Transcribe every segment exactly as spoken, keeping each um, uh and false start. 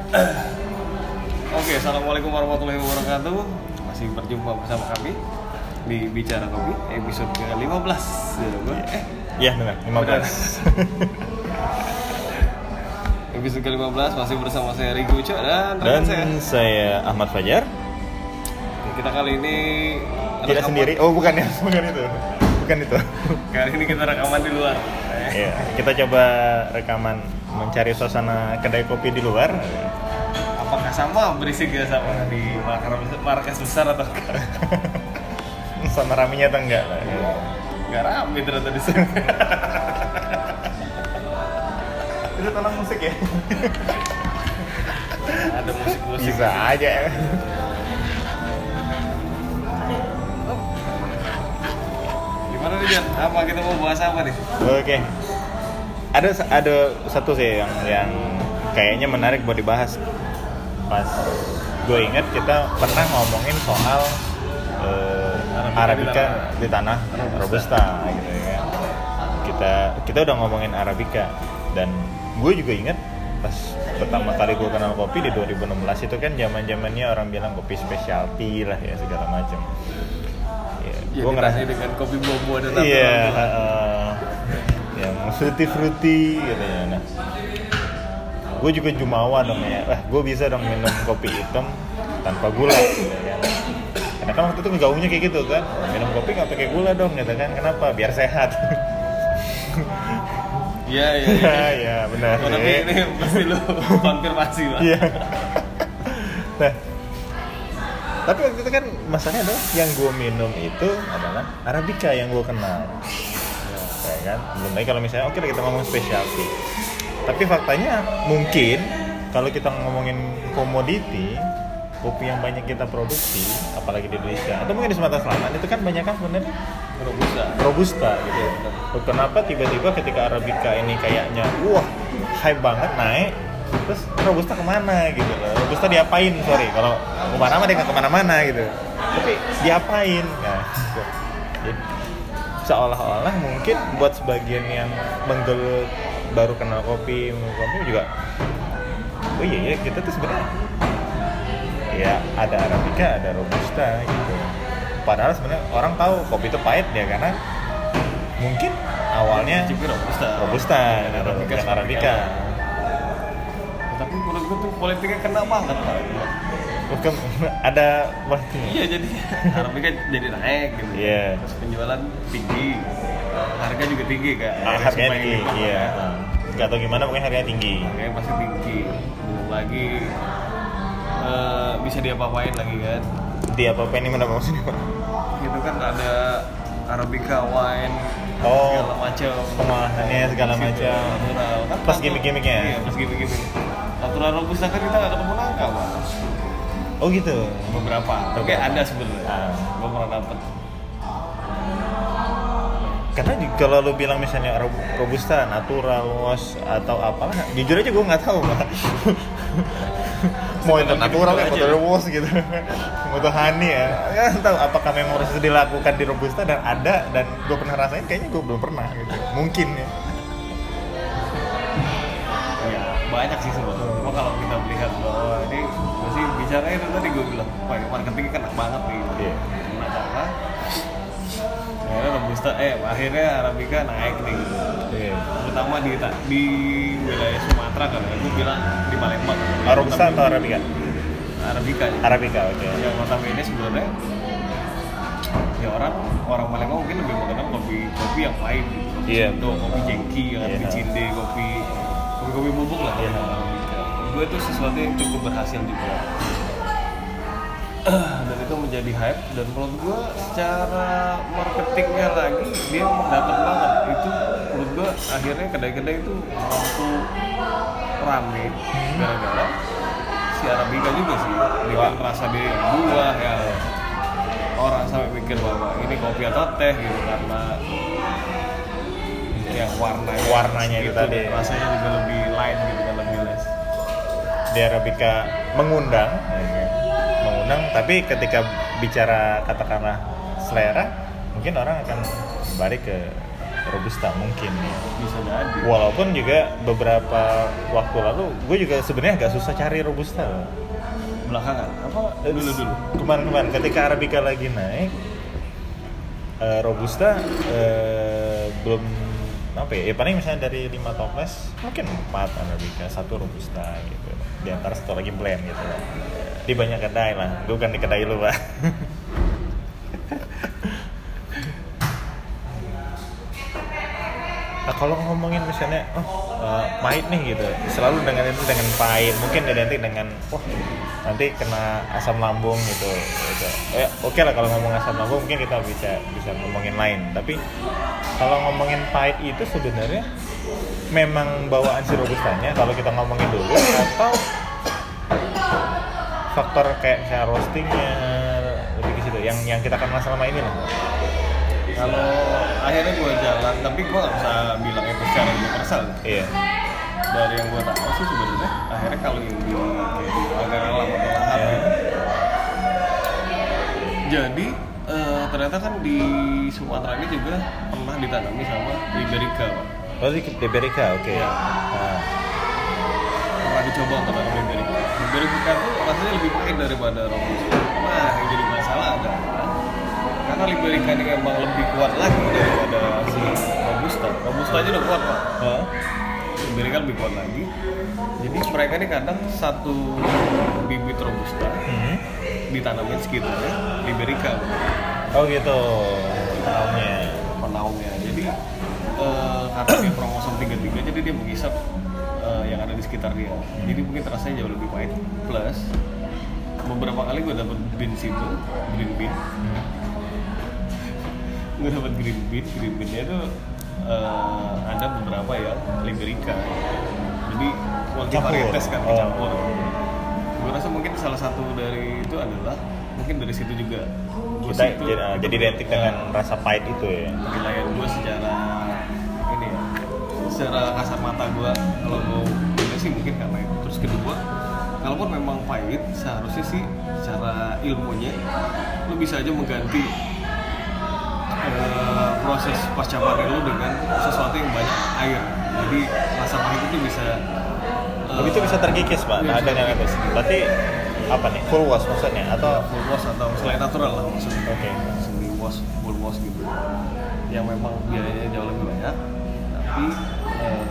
Oke, assalamualaikum warahmatullahi wabarakatuh. Masih berjumpa bersama kami di Bicara Kopi episode ke lima belas. Eh, iya benar, lima belas. Episode ke lima belas masih bersama saya Rigo Uco dan Dan saya. saya Ahmad Fajar. Kita kali ini Tidak rekaman- sendiri. Oh, bukan ya, bukan itu. Bukan itu. Kali ini kita rekaman di luar. Iya, kita coba rekaman mencari suasana kedai kopi di luar. Apakah sama berisik ya sama di markas markas besar atau enggak? Sama raminya atau enggak? Enggak rame ternyata di sini. Itu tolong musik ya. Ada musik-musik. Bisa aja. Gimana nih Jan? Apa kita mau bahas apa nih? Oke. Ada ada satu sih yang yang kayaknya menarik buat dibahas. Pas gue ingat kita pernah ngomongin soal uh, Arabica di tanah Robusta gitu ya. Kita kita udah ngomongin Arabica dan gue juga ingat pas pertama kali gue kenal kopi di dua ribu enam belas itu kan zaman-zamannya orang bilang kopi specialty lah ya segala macam. Ya, Ya, gue ngerasa dengan kopi bobo dan natural. iya, uh, yang fruity-fruity gitu ya. Nah, gue juga jumawa dong ya. Wah, gue bisa dong minum kopi hitam tanpa gula gitu ya. Karena kan waktu itu gaungnya kayak gitu kan. Minum kopi nggak pakai gula dong gitu kan. Kenapa? Biar sehat. Iya, iya, iya. Ya, benar. Oh, tapi ya. ini pasti lu konfirmasi lah. Iya. Nah, tapi waktu itu kan masalahnya adalah yang gue minum itu adalah Arabica yang gue kenal. Ya kan? Belum lagi kalau misalnya oke kita ngomong specialty. Tapi faktanya mungkin kalau kita ngomongin komoditi kopi yang banyak kita produksi, apalagi di Indonesia atau mungkin di Sumatera Selatan itu kan banyak kan sebenarnya Robusta. Robusta gitu. Kenapa tiba-tiba ketika Arabica ini kayaknya wah hype banget naik, terus Robusta kemana gitu loh? Robusta diapain? Sorry kalau kemana-mana dia nggak kemana-mana gitu. Tapi diapain? Nah, gitu. Jadi, seolah-olah mungkin buat sebagian yang menggelut baru kenal kopi, minum kopi juga. Oh iya ya kita tuh sebenarnya ya ada Arabica, ada Robusta gitu. Padahal sebenarnya orang tahu kopi itu pahit ya karena mungkin awalnya Cipir Robusta. Robusta Dan gitu, Arabica. dan Arabica. Tapi menurut gue tuh politiknya kena banget Pak. Bukan ada waktunya. Iya jadi Arabica jadi naik gitu. Iya. Terus penjualan tinggi. Harga juga tinggi kan. Ah, harganya tinggi, iya. Gak tau gimana pokoknya harganya tinggi. Harganya pasti tinggi. Belum lagi uh, bisa diapa-apain lagi kan. Dia apa ini mana maksudnya? Itu kan ada Arabica wine Oh, segala macam. pengolahannya segala Di situ, macam. natural. Kan Plus natu- gimmick-gimmicknya. Iya, plus gimmick-gimmick. Natural Robusta kan kita nggak ketemu nangka, Pak. Oh gitu. Beberapa. Oke, Beberapa. ada sebenarnya. Ah. Gue pernah dapet. Karena di- kalau lu bilang misalnya ro- Robusta, natural, wash atau apalah, jujur aja gue nggak tahu Pak. Mau itu natural Gitu ya, aja. atau wash gitu, mau itu honey ya, nggak tahu apakah memang harus dilakukan di Robusta dan ada dan gue pernah rasain, kayaknya gue belum pernah gitu, mungkin ya. Ya, banyak sih sebenarnya. Cuma kalau kita melihat bahwa ini masih bicara itu tadi gue bilang, wah marketingnya kena banget nih. Iya. Kena banget. Akhirnya Robusta, eh akhirnya Arabica naik nih. Iya. Terutama di di wilayah Sumatera kan, ya. Gue bilang di Palembang. Ah, Robusta atau Arabica? Arabica. Ya. Arabica, oke. Yang notabene sebenarnya ya orang orang Palembang mungkin lebih mengenal kopi kopi yang lain gitu. Kopi Iya, Cindo, betul. kopi jengki, Iya. kopi cinde, kopi kopi kopi bubuk lah. Iya. Gue itu sesuatu yang cukup berhasil juga. Dan itu menjadi hype dan menurut gue secara marketingnya lagi dia dapat banget itu menurut gue akhirnya kedai-kedai itu mampu rame gara-gara si Arabica juga sih dengan rasa dia yang buah ya orang sampai mikir bahwa ini kopi atau teh gitu karena yang warnanya Warnanya itu gitu, tadi. dan rasanya juga lebih light gitu kan lebih less. Di Arabica mengundang, mengundang, tapi ketika bicara katakanlah selera, mungkin orang akan balik ke robusta mungkin. Bisa jadi. Walaupun juga beberapa waktu lalu gue juga sebenarnya agak susah cari robusta. Belakangan apa dulu dulu kemarin-kemarin ketika arabica lagi naik, uh, robusta uh, belum apa ya, ya paling misalnya dari lima toples mungkin empat arabica, satu robusta gitu, di antara satu lagi blend gitu di banyak kedai lah. Gue kan di kedai lu Pak. Nah, kalau ngomongin misalnya oh uh, pahit nih gitu, selalu dengan itu dengan pahit, mungkin identik dengan wah nanti kena asam lambung gitu, gitu. Eh, oke okay lah kalau ngomong asam lambung mungkin kita bisa bisa ngomongin lain, tapi kalau ngomongin pahit itu sebenarnya memang bawaan si robustanya kalau kita ngomongin dulu, atau faktor kayak misalnya roastingnya lebih ke situ yang yang kita kenal selama ini lah. Kalau akhirnya gue jalan, tapi gue nggak bisa bilang itu secara universal. Iya. Dari yang gue tahu sih sebenarnya akhirnya kalau yang di kayak di agar alam atau lahat, Iya. jadi uh, ternyata kan di Sumatera ini juga pernah ditanami sama Liberica, Pak. Oh, di Liberica, oke. Okay. Ya. Nah. Pernah dicoba untuk tanam Liberica. Liberica tuh rasanya lebih pahit daripada robusta. Nah, yang jadi masalah adalah karena Liberica ini memang lebih kuat lagi daripada si robusta. Robusta aja udah kuat, Pak. Huh? Liberica lebih kuat lagi. Jadi mereka ini kadang satu bibit robusta Hmm. ditanamin sekitarnya Liberica. Oh gitu. Tahunya. Penaungnya. Jadi eh, karena dia kromosom tiga puluh tiga, jadi dia menghisap eh, yang ada di sekitar dia. Jadi mungkin rasanya jauh lebih pahit. Plus beberapa kali gue dapet beans itu, green bean. Hmm. Gue dapet green bean, green beannya tuh uh, ada beberapa ya Liberica. Jadi multi varietas kan, Oh. dicampur. Gue rasa mungkin salah satu dari itu adalah mungkin dari situ juga. Gua Kita situ, jadi, itu jadi identik ya, dengan rasa pahit itu ya. penilaian gue secara ini ya, secara kasar mata gue kalau gue ini sih mungkin karena itu. Terus kedua, kalaupun memang pahit, seharusnya sih secara ilmunya lu bisa aja mengganti uh, proses pasca panen lu dengan sesuatu yang banyak air. Jadi rasa pahit itu bisa uh, Oh, itu bisa terkikis Pak, iya, nah, ada yang habis. Berarti apa nih, full wash maksudnya atau full wash atau selain natural lah maksudnya. Oke. Semi wash, full wash gitu. Yang memang biayanya jauh lebih banyak, tapi uh,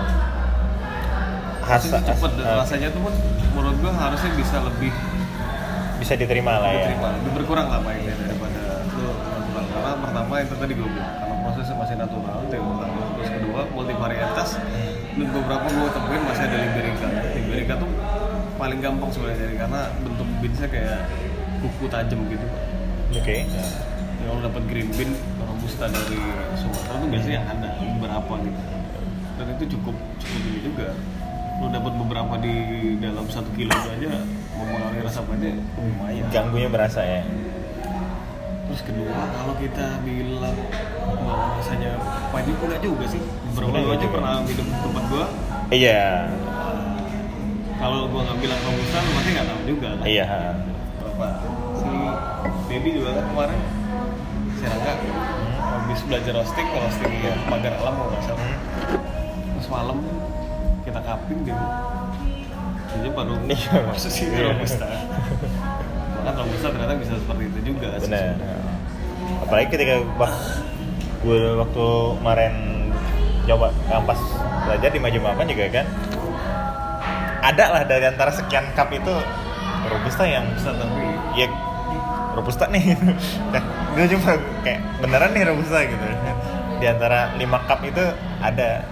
Hasa, cepet dan uh, rasanya tuh pun menurut gua harusnya bisa lebih bisa diterima lah ya. diterima, lebih berkurang lah pahitnya daripada itu natural. Karena pertama itu tadi gue bilang, karena prosesnya masih natural, itu yang pertama. Terus kedua, multivarietas. Dan beberapa gue temuin masih ada Liberica. Liberica tuh paling gampang sebenarnya dari, karena bentuk beansnya kayak kuku tajam gitu, Pak. Oke. Okay. Ya, kalau dapat green bean robusta dari Sumatera tuh biasanya ada beberapa gitu. Dan itu cukup cukup ini juga. Lu dapat beberapa di dalam satu kilo itu aja mempengaruhi rasa pahitnya lumayan. Ganggunya berasa ya. Terus kedua, kalau kita bilang bahwa rasanya pahit itu enggak juga sih. Beberapa lu aja pernah minum tempat gua. Iya. Kalau gua nggak bilang robusta, lu pasti nggak tahu juga lah. Iya. Berapa? Si Dedi juga kan kemarin Serangga habis belajar roasting, roasting ya pagar alam kalau nggak salah. Terus malam kita kaping gitu. Jadi baru proses ini robusta. Bahkan robusta ternyata bisa seperti itu juga. Benar. Apalagi ketika bah, gue waktu kemarin coba kampas belajar di Maju Mapan juga kan, ada lah dari antara sekian cup itu robusta yang Robusta tapi ya robusta nih. Nah, gue cuma kayak beneran nih robusta gitu. Di antara lima cup itu ada.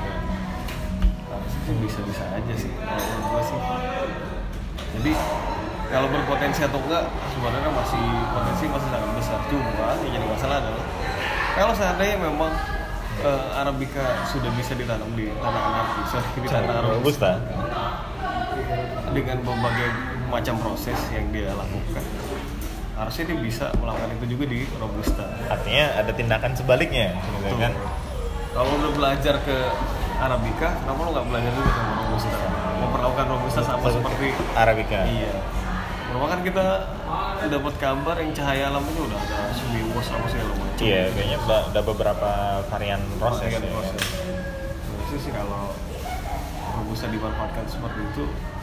bisa-bisa aja sih kalau menurut gue sih. Jadi kalau berpotensi atau enggak sebenarnya masih potensi masih sangat besar. Cuma yang jadi masalah adalah kalau seandainya memang uh, Arabica sudah bisa ditanam di tanah anarkis, di tanah robusta dengan berbagai macam proses yang dia lakukan, harusnya dia bisa melakukan itu juga di robusta. Artinya ada tindakan sebaliknya sebenarnya kan. Kalau udah belajar ke Arabica, kenapa lo nggak belajar juga sama robusta? Memperlakukan robusta sama seperti Arabica. iya. Pertama kan kita dapat kabar yang cahaya alamnya udah ada Sumiwas apa segala macam. Iya, kayaknya udah, udah beberapa varian proses Varian ya. proses. Terus sih kalau robusta dimanfaatkan seperti itu,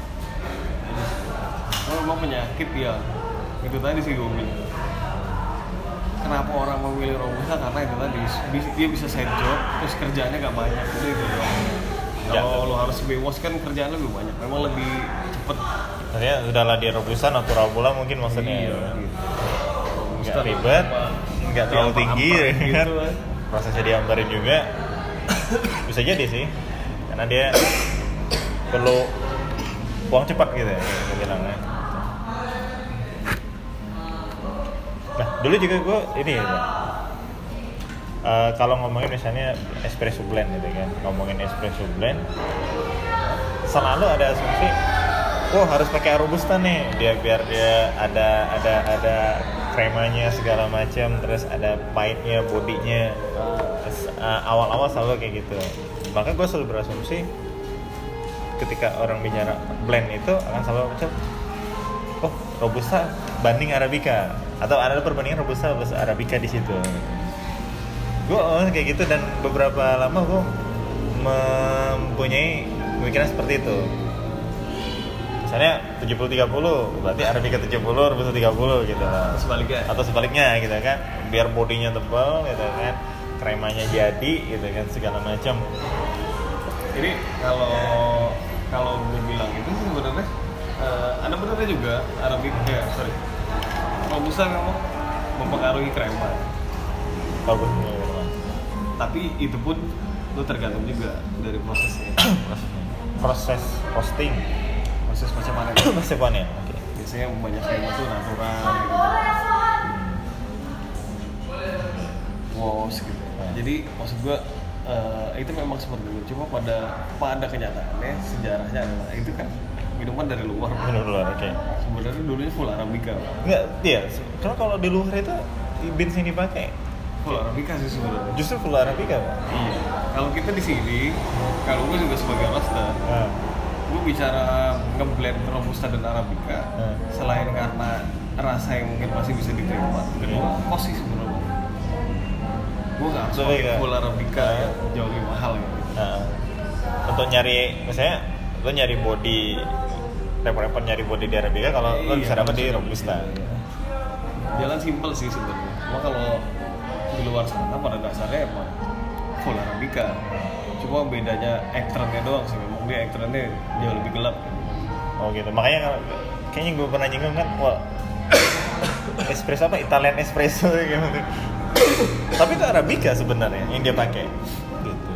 kalau memang penyakit ya itu tadi sih gue bilang. Kenapa orang memilih robusta? Karena itu tadi dia bisa side job, terus kerjaannya gak banyak itu itu doang. Ya, Kalau lo harus Sumiwas kan kerjaan lebih banyak, memang lebih cepet. Maksudnya udahlah dia robusta natural pula mungkin maksudnya. Iya, gitu. Nggak ribet, nggak terlalu tinggi ya kan. Gitu, kan. Prosesnya diambarin juga. Bisa jadi sih. Karena dia perlu uang cepat gitu ya, gue bilangnya. Nah, dulu juga gue ini ya, Pak. Uh, kalau ngomongin misalnya espresso blend gitu kan, ngomongin espresso blend, selalu ada asumsi, oh harus pakai robusta nih, dia biar dia ada ada ada kremanya segala macam, terus ada pahitnya, bodinya. Uh, awal-awal selalu kayak gitu. Maka gue selalu berasumsi ketika orang bicara blend itu akan selalu macam, oh robusta banding arabica, atau ada perbandingan robusta versus arabica di situ. Gue oh, kayak gitu, dan beberapa lama gue mempunyai pemikiran seperti itu. Misalnya tujuh puluh tiga puluh berarti arabica tujuh puluh, robusta tiga puluh gitu lah. Atau sebaliknya. Atau sebaliknya gitu kan. Biar bodinya tebal gitu kan. Kremanya jadi gitu kan, segala macam. Jadi kalau kalau gue bilang itu sih sebenarnya uh, ada benarnya juga arabica, ya, sorry. Robusta memang mempengaruhi krema. Bagus. Tapi itu pun itu tergantung juga dari prosesnya. Proses roasting. Proses macam mana? Proses apa nih? Oke. Biasanya banyak krema tuh natural gitu. Wash gitu. Hmm. Jadi maksud gua uh, itu memang seperti itu. Cuma pada pada kenyataannya sejarahnya adalah itu kan minuman dari luar. Minum luar, oke. Okay. Sebenarnya dulunya full arabica. Enggak, iya. Karena kalau di luar itu beans yang dipakai Full arabica sih sebenarnya. justru full arabica, Pak. Iya. Kalau kita di sini, kalau gue juga sebagai roaster, Nah. gue bicara ngeblend robusta dan arabica, Hmm. selain karena rasa yang mungkin masih bisa diterima, kedua kos sih sebenarnya. Gue nggak harus Lebih pakai ke- full arabica Hmm. yang jauh lebih mahal gitu. Nah, untuk nyari, misalnya lo nyari body, repot-repot nyari body di arabica, kalau lo Iya, bisa dapat di maksudnya. robusta. Jalan simpel sih sebenarnya. Cuma kalau di luar sana pada dasarnya emang full arabica. Cuma bedanya eksternnya doang sih. Memang dia eksternnya jauh lebih gelap. Oh gitu. Makanya kalau kayaknya gue pernah nyinggung kan, wah espresso apa Italian espresso gitu. Tapi itu arabica sebenarnya yang dia pakai. Gitu.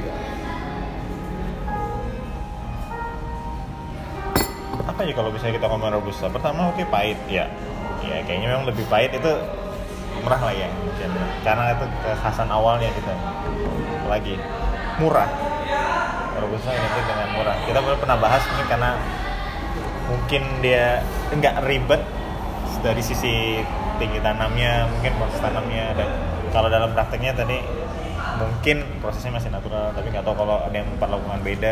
Apa ya kalau misalnya kita ngomong robusta? Pertama oke okay, pahit ya. Ya kayaknya memang lebih pahit itu murah lah ya mungkin. Karena itu kekhasan awalnya kita. Lagi murah. Robusta identik dengan murah. Kita pernah bahas mungkin karena mungkin dia enggak ribet dari sisi tinggi tanamnya, mungkin proses tanamnya, dan kalau dalam prakteknya tadi mungkin prosesnya masih natural, tapi nggak tahu kalau ada yang memperlakukan beda.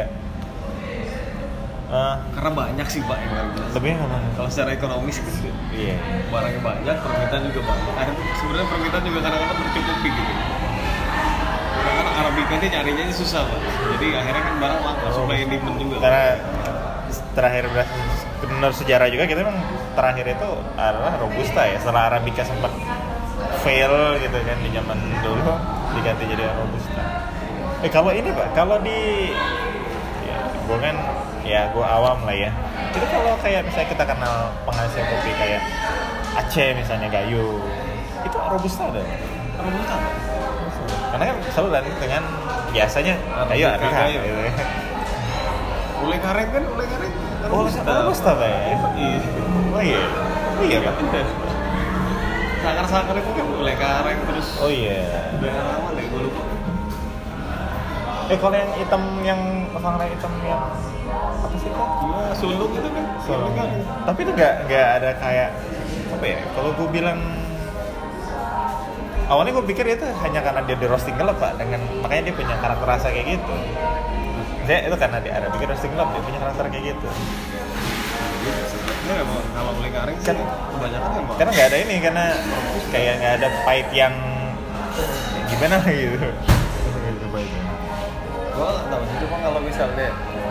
Uh, Karena banyak sih Pak yang nggak jelas. lebih apa? Kalau secara ekonomis kan Iya. barangnya banyak, permintaan juga banyak. Ada sebenarnya permintaan juga kadang-kadang tercukupi gitu. Karena arabica ini nyarinya ini susah Pak. Jadi akhirnya kan barang langka, Oh, supply and demand juga. Karena terakhir benar sejarah juga kita memang terakhir itu adalah robusta ya, setelah arabica sempat fail gitu kan di zaman dulu, diganti jadi robusta. Eh kalau ini Pak, kalau di ya gue kan ya gue awam lah ya. Itu kalau kayak misalnya kita kenal penghasil kopi kayak Aceh misalnya Gayo, itu robusta ada. Robusta Pak. Karena kan selalu landing dengan biasanya Gayo Arabica, Arabica Gayo. gitu. Ulai karet kan, ulai karet. Oh, robusta Pak ya? Iya. Oh iya. Oh iya Pak. Sakar-sakar itu kan ulai karet terus. Oh iya. Daerah lama deh, gue lupa. Eh kalau yang hitam yang sangrai hitam yang apa sih Pak? Iya, suluk itu kan. Suluk. Suluk kan. Tapi itu nggak nggak ada kayak apa ya? Kalau gue bilang awalnya gue pikir itu hanya karena dia di roasting gelap Pak, dengan makanya dia punya karakter rasa kayak gitu. Saya itu karena dia ada bikin roasting gelap dia punya karakter kayak gitu. Ya emang kalau lingkaring sih Kan- kebanyakan emang. Karena nggak ada ini, karena kayak nggak ada pahit yang gimana gitu. Gitu pahitnya. Gua nggak tahu sih, cuma kalau misalnya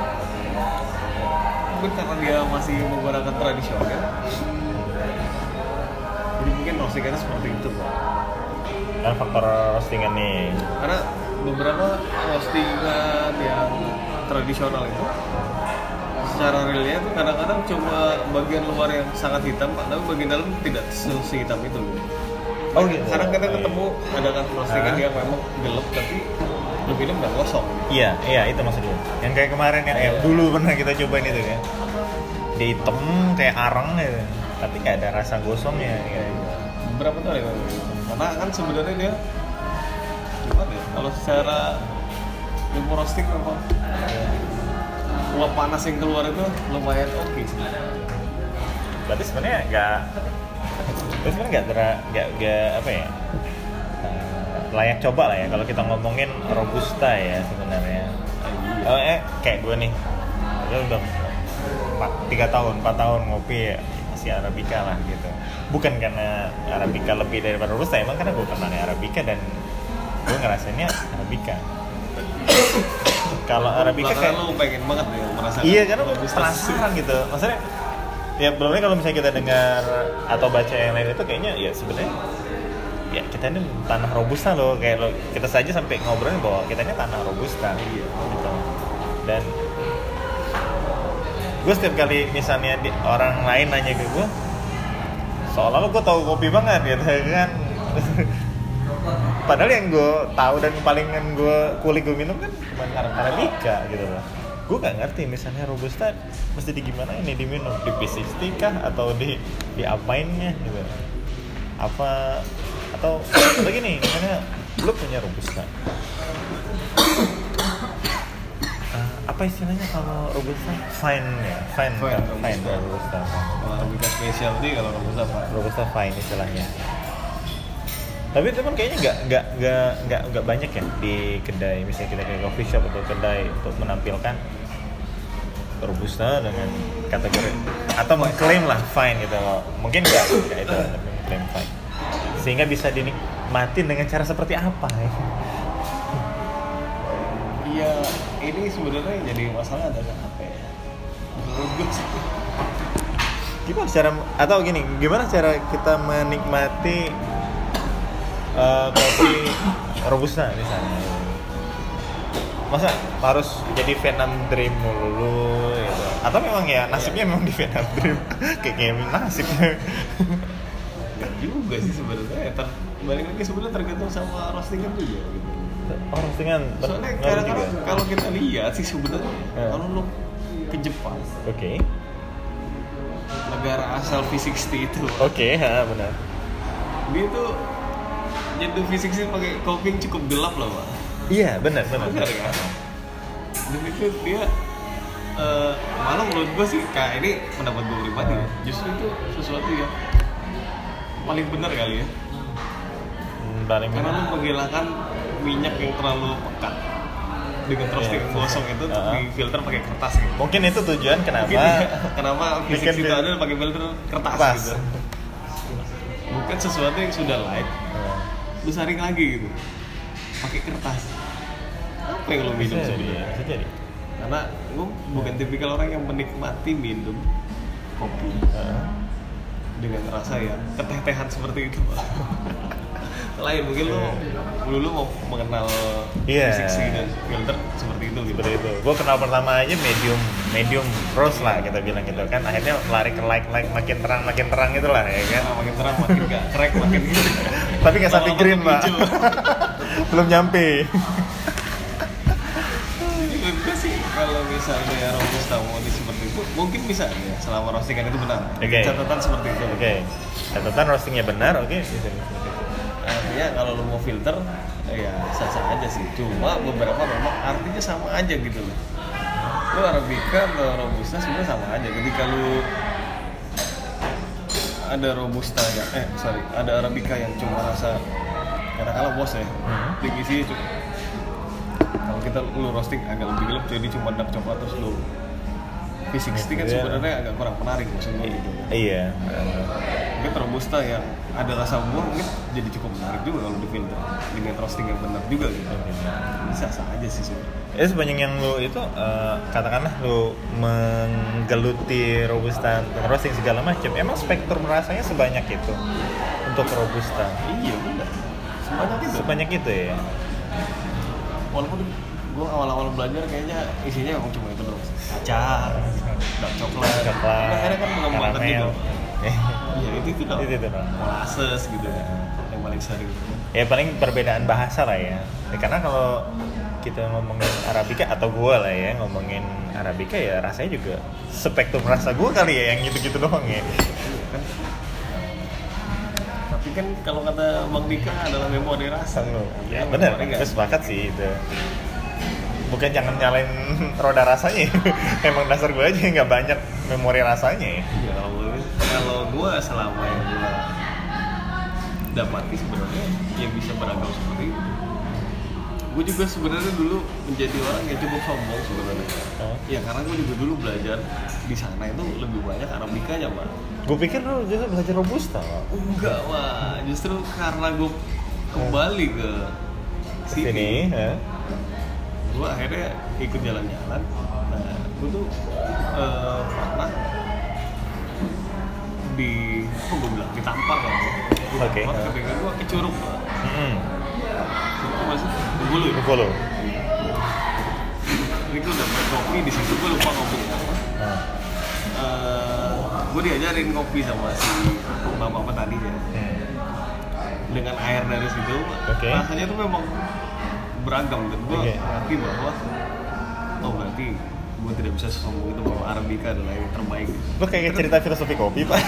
mungkin karena dia masih menggunakan tradisional, jadi mungkin roastingannya seperti itu Pak. Kan faktor roastingan nih. Karena beberapa roastingan yang tradisional itu secara realnya itu kadang-kadang cuma bagian luar yang sangat hitam Pak, tapi bagian dalam tidak sehitam itu. Oh gitu. Kadang kita ketemu ada kan roastingan Ah. yang memang gelap tapi lebih dalam dan kosong. Iya, iya itu maksudnya. Yang kayak kemarin kan, ya dulu pernah kita cobain itu kan. Dia hitam kayak arang gitu. Tapi nggak ada rasa gosongnya kayak gitu. Berapa kali ya? Karena kan sebenarnya dia gimana ya? Kalau secara ilmu roasting memang uap panas yang keluar itu lumayan oke sih. Berarti sebenarnya nggak, berarti sebenarnya nggak tera, nggak nggak apa ya, eh, layak coba lah ya kalau kita ngomongin robusta ya sebenarnya. Oh, eh kayak gue nih, gue udah empat, tiga tahun, empat tahun ngopi ya, masih Arabica lah gitu. Bukan karena Arabica lebih daripada robusta, emang karena gue pernah nih Arabica dan gue ngerasainnya Arabica. Kalau Arabica Belakangan kayak lu pengen banget ya merasakan. iya, karena gue robusta. penasaran gitu. Maksudnya ya belum lagi kalau misalnya kita dengar atau baca yang lain itu kayaknya ya sebenarnya ya kita ini tanah robusta loh, kayak lo kita saja sampai ngobrolin bahwa kita ini tanah robusta Iya. gitu. Dan gue setiap kali misalnya di, orang lain nanya ke gue seolah-olah gue tahu kopi banget gitu kan. Padahal yang gue tahu dan palingan gue kulik gue minum kan cuma Arabica gitu loh. Gue nggak ngerti misalnya robusta mesti di gimana ini diminum, di P enam puluh kah atau di di apainnya gitu, apa atau begini misalnya lu punya robusta, uh, apa istilahnya kalau robusta fine ya fine Fine, kan? robusta. Fine robusta Kalau Arabica specialty kalau robusta Pak. robusta fine istilahnya. Tapi itu kan kayaknya nggak nggak nggak nggak nggak banyak ya di kedai, misalnya kita ke coffee shop atau kedai untuk menampilkan robusta dengan kategori atau mengklaim lah fine gitu loh. Mungkin nggak nggak itu tapi mengklaim fine sehingga bisa dinikmatin dengan cara seperti apa ya? Iya, ini sebenarnya jadi masalah adalah apa ya? Menurut gue sih. Gimana cara atau gini gimana cara kita menikmati uh, kopi robusta misalnya? Masa harus jadi Vietnam Dream mulu gitu? Atau memang ya nasibnya memang di Vietnam Dream kayak kayak nasibnya? Nggak juga sih sebenarnya. Ya, ter- balik lagi sebenarnya tergantung sama roastingan juga gitu. Oh roastingan Soalnya ngaruh kadang-kadang juga. kalau kita lihat sih sebenarnya Eh. kalau lu ke Jepang, Oke, negara asal V enam puluh itu, oke, ha benar. dia tuh nyeduh V enam puluh pakai kopi yang cukup gelap loh Pak. Iya benar benar. Benar kan? Dan itu dia uh, malah menurut gue sih kayak ini pendapat gue pribadi ya, justru itu sesuatu yang paling benar kali ya, Hmm, paling karena benar. lu menghilangkan minyak yang terlalu pekat dengan roasting Iya, gosong itu uh-huh. di filter pakai kertas gitu. Mungkin itu tujuan kenapa Mungkin ya, kenapa V bikin enam puluh itu fil- ada pakai filter kertas Kertas. gitu. Bukan sesuatu yang sudah light, lu saring lagi gitu, pakai kertas. Apa yang lu minum Bisa jadi, sebenarnya? bisa jadi. Karena gue bukan tipikal orang yang menikmati minum kopi Heeh. dengan rasa yang keteh-tehan seperti itu Pak. Lain mungkin lo dulu mau mengenal Iya. V enam puluh dan filter seperti itu gitu. Seperti itu. Gue kenal pertama aja medium, medium roast lah kita bilang gitu kan. Akhirnya lari ke like like makin terang makin terang itulah ya kan. Nah, makin terang makin gak crack makin gitu. Tapi nggak sampai Lama-lama green pak. hijau. Belum nyampe. Jadi menurut gue sih kalau misalnya robusta mau di seperti itu mungkin bisa ya selama roastingan itu benar. Oke. Catatan seperti itu. Oke. Catatan roastingnya benar, oke. Bisa, bisa. Artinya kalau lu mau filter ya sah-sah aja sih. Cuma beberapa memang artinya sama aja gitu loh. Lu Arabica atau Robusta sebenarnya sama aja. Ketika lu ada Robusta ya, eh sorry, ada Arabica yang cuma rasa katakanlah bos ya, Hmm. tinggi cuma kalau kita lu roasting agak lebih gelap jadi cuma dark coklat terus lu V enam puluh kan sebenarnya agak kurang menarik maksudnya gitu. Iya. Mungkin Robusta yang ada rasa buah mungkin jadi cukup menarik juga kalau di filter dengan roasting yang benar juga gitu. Bisa aja sih sebenarnya. Ya sepanjang yang lu itu uh, katakanlah lu menggeluti Robusta roasting segala macam, emang spektrum rasanya sebanyak itu untuk Robusta? Iya benar. Sebanyak itu. Sebanyak itu ya. Walaupun gue awal-awal belajar kayaknya isinya emang cuma itu doang, kaca, dark coklat, coklat, nah, akhirnya kan mengembangkan gitu. Iya itu itu dong. Itu itu dong. Molasses gitu ya, yang paling sering. Ya paling perbedaan bahasa lah ya. Ya karena kalau kita ngomongin Arabica atau gue lah ya ngomongin Arabica ya rasanya juga spektrum rasa gue kali ya yang gitu-gitu doang ya. Kan. Tapi kan kalau kata Bang Dika adalah memori rasa loh. Ya benar, saya sepakat sih itu. Bukan jangan nyalain roda rasanya. Emang dasar gue aja nggak banyak memori rasanya ya. Ya kalau kalau gue selama yang gue dapati sebenarnya ya bisa beragam seperti itu. Gue juga sebenarnya dulu menjadi orang yang cukup sombong sebenarnya. Oh. Ya karena gue juga dulu belajar di sana itu lebih banyak Arabicanya, Pak. Gue pikir lu justru belajar Robusta, Pak. Enggak, Pak. Justru karena gue kembali ke sini, sini ya. Gue akhirnya ikut jalan-jalan. Nah, gue tuh uh, pernah di, apa gue bilang, ditampar kan. Oke. Okay. Ketika gue ke Curug, Pak. Hmm. Itu masih Bengkulu ya? Bengkulu. Jadi gue udah main kopi di situ, gue lupa kopi apa. Hmm. Uh, gue diajarin kopi sama si bapak petani ya. Hmm. Dengan air dari situ, okay. Rasanya tuh memang beragam dan gue okay. ngerti bahwa oh berarti gue tidak bisa sombong itu bahwa Arabica adalah yang terbaik. Lo kayak cerita filosofi kopi, Pak.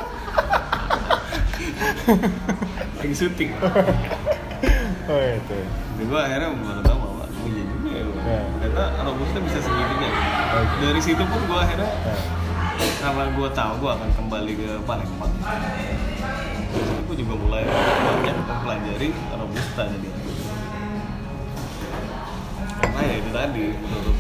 Lagi syuting. Oh itu. Dan gue akhirnya baru tahu bahwa oh iya juga ya. Yeah. Ternyata Robusta bisa segitunya. Okay. Dari situ pun gue akhirnya yeah. karena gue tahu gue akan kembali ke Palembang. Terus gue juga mulai banyak mempelajari Robusta jadi. Karena ya itu tadi menurut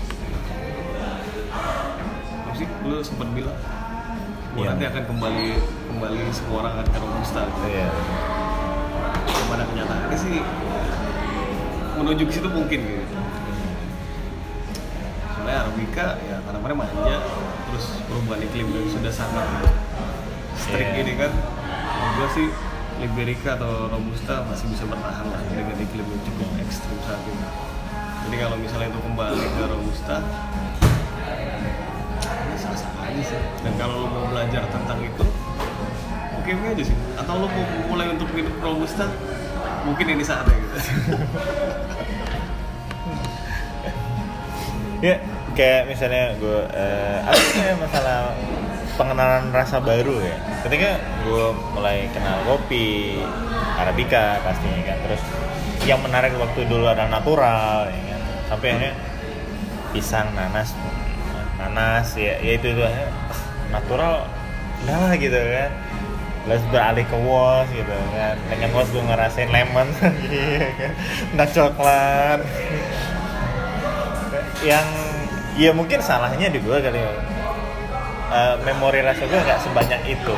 apa sih lu sempat bilang gue yeah. nanti akan kembali kembali semua orang akan ke Robusta. Iya. Yeah. Pada kenyataannya sih menuju ke situ mungkin gitu. Soalnya Arabica ya tanamannya manja, terus perubahan iklim yang sudah sangat strict yeah. ini kan. Gue sih Liberica atau Robusta masih bisa bertahan lah dengan iklim yang cukup ekstrim saat ini. Jadi kalau misalnya itu kembali ke Robusta, ya sah-sah aja sih. Dan kalau lo mau belajar tentang itu, oke oke aja sih. Atau lo mau mulai untuk minum Robusta, mungkin ini saatnya gitu. Ya kayak misalnya gue uh, apa sih masalah pengenalan rasa baru ya. Ketika gue mulai kenal kopi Arabica pastinya kan, terus yang menarik waktu dulu ada natural ya kan, sampai akhirnya pisang, nanas, nanas ya, ya itu tuh natural udah lah gitu kan. Terus beralih ke was gitu kan, dengan was gue ngerasain lemon gitu kan, dark coklat. Yang ya mungkin salahnya di gue kali ya, uh, memori rasa gue nggak sebanyak itu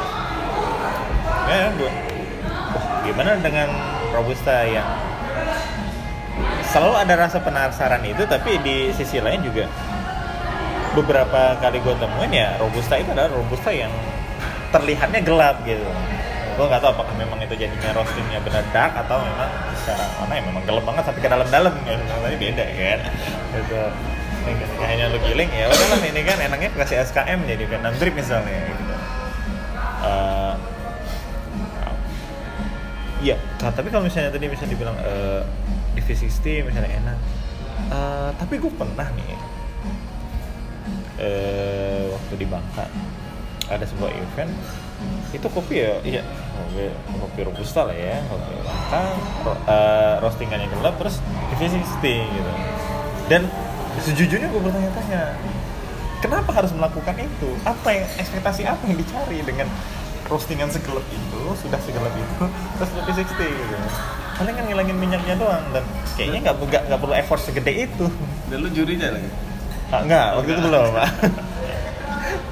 ya gue. Gimana dengan Robusta yang selalu ada rasa penasaran itu, tapi di sisi lain juga beberapa kali gue temuin ya Robusta itu adalah Robusta yang terlihatnya gelap gitu. Gue nggak tahu apakah memang itu jadinya roastingnya benar dark atau memang secara mana ya memang gelap banget sampai ke dalam-dalam gitu. Tadi beda kan itu. Kayaknya lu giling ya udahlah ini kan enaknya kasih S K M jadi Vietnam drip misalnya gitu. Uh, ya, tapi kalau misalnya tadi misalnya dibilang uh, di V enam puluh misalnya enak. Uh, tapi gue pernah nih uh, waktu di Bangka ada sebuah event itu kopi ya, iya kopi, kopi Robusta lah ya, kopi Bangka, ro, uh, roastingannya gelap terus di V enam puluh gitu. Dan sejujurnya gue bertanya-tanya, kenapa harus melakukan itu? Apa yang ekspektasi apa yang dicari dengan roastingan segelap itu, sudah segelap itu, terus V enam puluh gitu. Paling kan ngilangin minyaknya doang dan kayaknya nggak nggak nggak perlu effort segede itu. Dan lu jurinya lagi? Ah, enggak, waktu itu belum, Pak.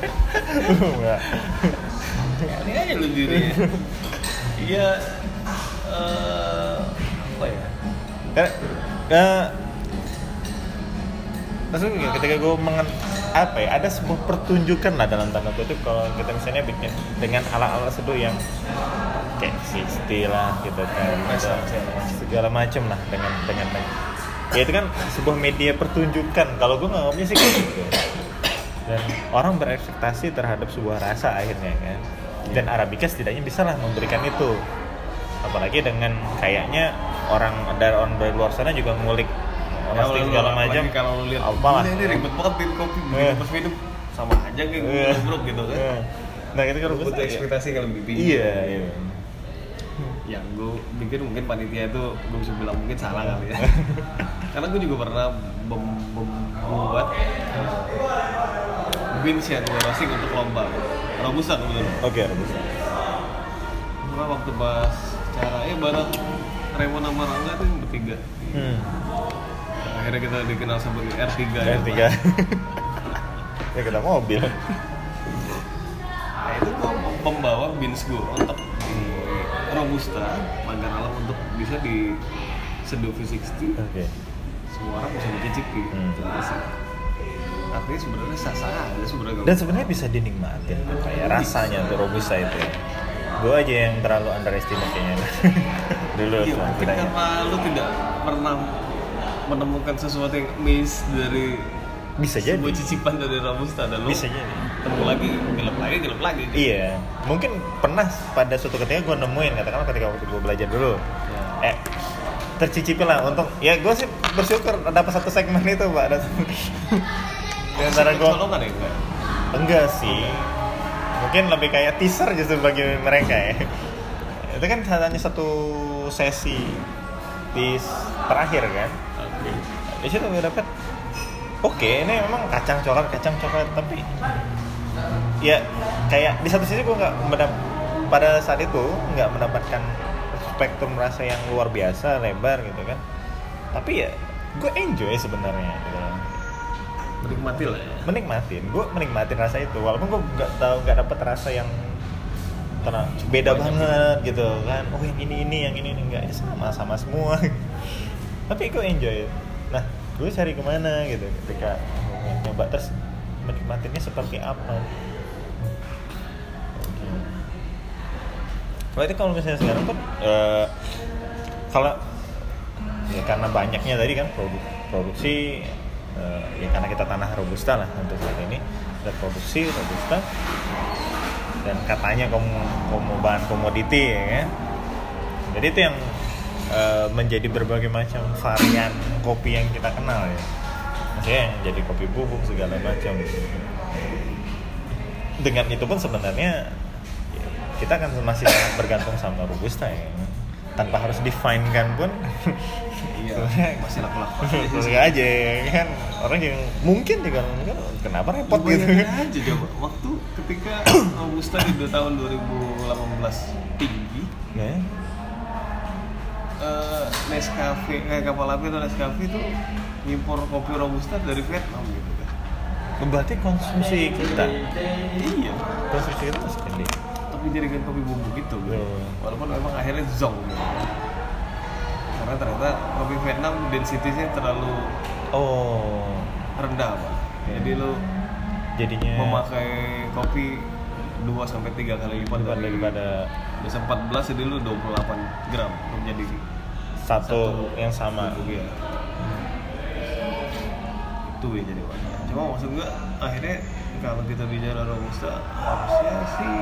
Enggak. Ini aja lu diri ya. Iya. eh, apa ya? Karena eh, maksudnya ketika gue mengen apa ya, ada sebuah pertunjukan lah dalam tanda kutip kalau kita misalnya bikin dengan ala-ala seduh yang kayak sixty lah gitu kan, Masa, segala macam lah dengan dengan ya itu kan sebuah media pertunjukan. Kalau gue nganggapnya sih kayak gitu, dan orang berekspektasi terhadap sebuah rasa akhirnya kan, dan Arabica setidaknya bisa lah memberikan itu, apalagi dengan kayaknya orang dari orang dari luar sana juga ngulik plastik segala macam. Kalau lu lihat apa lah, ini ribet banget bikin kopi, Eh. bikin pas minum sama aja kayak Eh. goblok gitu kan. Eh. Nah itu kan Butuh Robusta ya. ekspektasi yang lebih tinggi. Iya, iya. Yang gue pikir mungkin panitia itu gue bisa bilang mungkin salah kali ya. Karena gue juga pernah mem- membuat uh, beans yang gue roasting untuk lomba Robusta kebetulan. Oke, Robusta. Cuma waktu pas cara ya bareng Raymond sama Rangga itu yang bertiga. Hmm. Akhirnya kita dikenal sebagai R tiga. R tiga. Ya kita mobil. Nah itu gue membawa beans gue untuk di Robusta Pagar Alam untuk bisa diseduh V enam puluh. Oke. Semua orang bisa mencicipi. Hmm. Itu sih. Artinya sebenarnya sah-sah aja sebenarnya. Dan sebenarnya bisa dinikmatin kayak rasanya tuh Robusta itu. Gue aja yang terlalu underestimate kayaknya. Dulu Iya, tuh mungkin bedanya. karena lu tidak pernah menemukan sesuatu yang miss dari Bisa jadi. sebuah cicipan dari Robusta dan lu Bisa jadi. temu lagi, gelap lagi, gelap lagi. Iya, mungkin pernah pada suatu ketika gue nemuin, katakanlah ketika waktu gue belajar dulu, Ya. eh tercicipi lah untuk, ya gue sih bersyukur dapat satu segmen itu pak. Ada di antara gue Colongan ya enggak? enggak sih, mungkin lebih kayak teaser justru bagi mereka ya. Itu kan hanya satu sesi di terakhir kan, Oke. di situ gue dapet. Oke, ini memang kacang coklat, kacang coklat, tapi ya kayak di satu sisi gue nggak mendap- pada saat itu nggak mendapatkan spektrum rasa yang luar biasa lebar gitu kan, tapi ya gue enjoy sebenarnya gitu. Menikmati lah ya. Menikmatin, gue menikmatin rasa itu walaupun gue nggak tahu nggak dapet rasa yang tenang, beda Banyak banget gitu kan. Oh yang ini ini yang ini ini enggak, ya sama sama semua. Tapi gue enjoy. Nah gue cari kemana gitu ketika nyoba, terus menikmatinya seperti apa. Berarti kalau misalnya sekarang tuh uh, kalau ya karena banyaknya tadi kan produk produksi uh, ya karena kita tanah Robusta lah untuk saat ini, ada produksi Robusta dan katanya kamu kamu bahan komoditi ya kan. Jadi itu yang uh, menjadi berbagai macam varian kopi yang kita kenal ya. Maksudnya yang jadi kopi bubuk segala macam. Dengan itu pun sebenarnya ya, kita kan masih sangat bergantung sama Robusta ya. Tanpa harus define kan pun Iya, masih laku-laku terus aja ya kan. Orang yang mungkin juga kan kenapa repot Lu gitu. bayangin aja coba waktu ketika Robusta di tahun dua ribu delapan belas tinggi, Nah, eh, Nescafe, eh, kapal api atau Nescafe itu ngimpor kopi Robusta dari Vietnam gitu kan. berarti konsumsi kita Iya, konsumsi kita masih gede. tapi jadikan kopi bubuk gitu gitu. Hmm. Walaupun memang akhirnya zonk gitu. Karena ternyata kopi Vietnam density-nya terlalu Oh, rendah Pak. Jadi lu jadinya memakai kopi dua sampai tiga kali lipat lipat dari daripada biasa empat belas, jadi lu dua puluh delapan gram menjadi satu, yang sama. bubuk ya. Itu ya jadi warna. Cuma maksud gua akhirnya kalau kita bicara Robusta harusnya sih